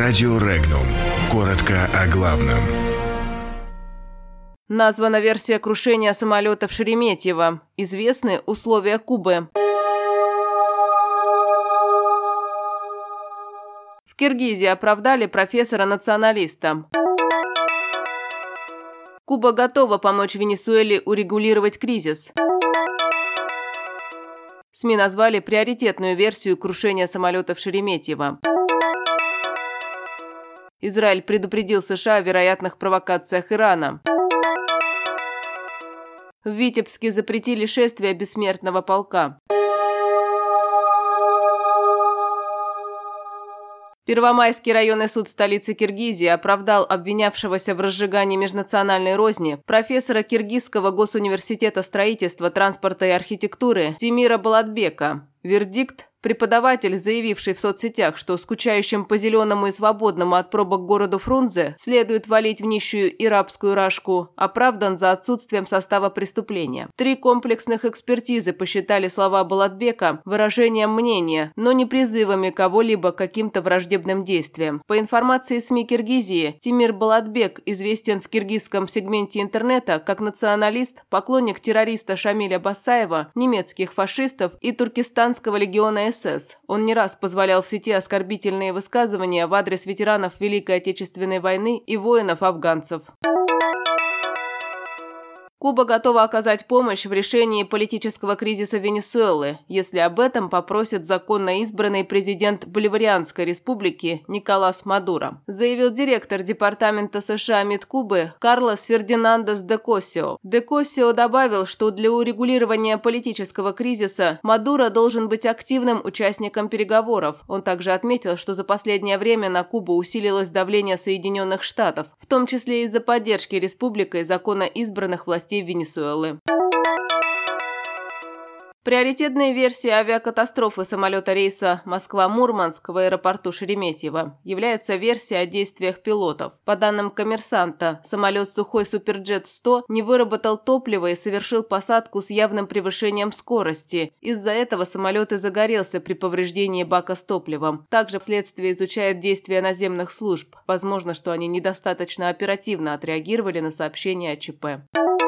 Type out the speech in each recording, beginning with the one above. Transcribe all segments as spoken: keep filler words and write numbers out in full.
Радио Регнум. Коротко о главном. Названа версия крушения самолета в Шереметьево. Известны условия Кубы. В Киргизии оправдали профессора-националиста. Куба готова помочь Венесуэле урегулировать кризис. СМИ назвали приоритетную версию крушения самолета в Шереметьево. Израиль предупредил США о вероятных провокациях Ирана. В Витебске запретили шествие бессмертного полка. Первомайский районный суд столицы Киргизии оправдал обвинявшегося в разжигании межнациональной розни профессора Киргизского госуниверситета строительства, транспорта и архитектуры Тимира Болатбека. Вердикт: преподаватель, заявивший в соцсетях, что скучающим по зеленому и свободному от пробок городу Фрунзе следует валить в нищую и рабскую рашку, оправдан за отсутствием состава преступления. Три комплексных экспертизы посчитали слова Болатбека выражением мнения, но не призывами кого-либо к каким-то враждебным действиям. По информации СМИ Киргизии, Тимир Болатбек известен в киргизском сегменте интернета как националист, поклонник террориста Шамиля Басаева, немецких фашистов и туркестанского легиона СС. Он не раз позволял в сети оскорбительные высказывания в адрес ветеранов Великой Отечественной войны и воинов-афганцев. Куба готова оказать помощь в решении политического кризиса Венесуэлы, если об этом попросит законно избранный президент Боливарианской республики Николас Мадуро, заявил директор Департамента США МИД Кубы Карлос Фердинандес де Косио. Де Косио добавил, что для урегулирования политического кризиса Мадуро должен быть активным участником переговоров. Он также отметил, что за последнее время на Кубу усилилось давление Соединенных Штатов, в том числе из-за поддержки республикой законно избранных властей Венесуэлы. Приоритетной версией авиакатастрофы самолета рейса Москва-Мурманск в аэропорту Шереметьево является версия о действиях пилотов. По данным «Коммерсанта», самолет Сухой Суперджет сто не выработал топлива и совершил посадку с явным превышением скорости. Из-за этого самолет и загорелся при повреждении бака с топливом. Также следствие изучает действия наземных служб. Возможно, что они недостаточно оперативно отреагировали на сообщение о ЧП.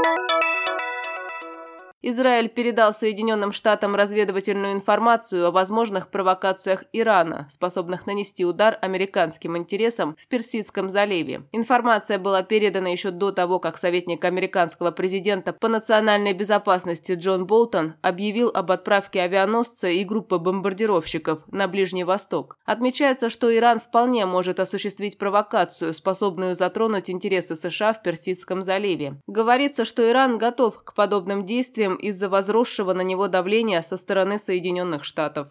Израиль передал Соединенным Штатам разведывательную информацию о возможных провокациях Ирана, способных нанести удар американским интересам в Персидском заливе. Информация была передана еще до того, как советник американского президента по национальной безопасности Джон Болтон объявил об отправке авианосца и группы бомбардировщиков на Ближний Восток. Отмечается, что Иран вполне может осуществить провокацию, способную затронуть интересы США в Персидском заливе. Говорится, что Иран готов к подобным действиям из-за возросшего на него давления со стороны Соединенных Штатов.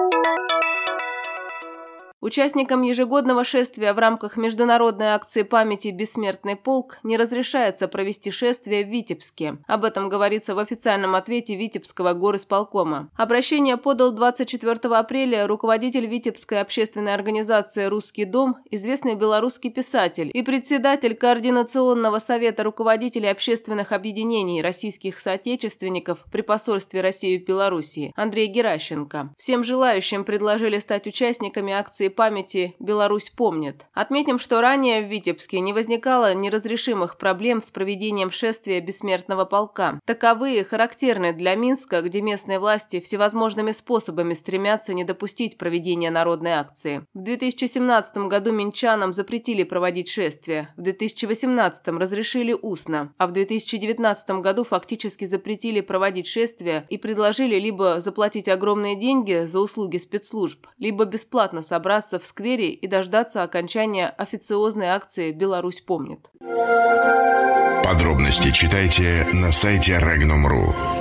Участникам ежегодного шествия в рамках международной акции памяти «Бессмертный полк» не разрешается провести шествие в Витебске. Об этом говорится в официальном ответе Витебского горисполкома. Обращение подал двадцать четвёртого апреля руководитель Витебской общественной организации «Русский дом», известный белорусский писатель и председатель Координационного совета руководителей общественных объединений российских соотечественников при посольстве России в Белоруссии Андрей Геращенко. Всем желающим предложили стать участниками акции памяти «Беларусь помнит». Отметим, что ранее в Витебске не возникало неразрешимых проблем с проведением шествия бессмертного полка. Таковые характерны для Минска, где местные власти всевозможными способами стремятся не допустить проведения народной акции. В две тысячи семнадцатом году минчанам запретили проводить шествия, в две тысячи восемнадцатом разрешили устно, а в две тысячи девятнадцатом году фактически запретили проводить шествия и предложили либо заплатить огромные деньги за услуги спецслужб, либо бесплатно собраться в сквере и дождаться окончания официозной акции «Беларусь помнит». Подробности читайте на сайте регнум точка ру.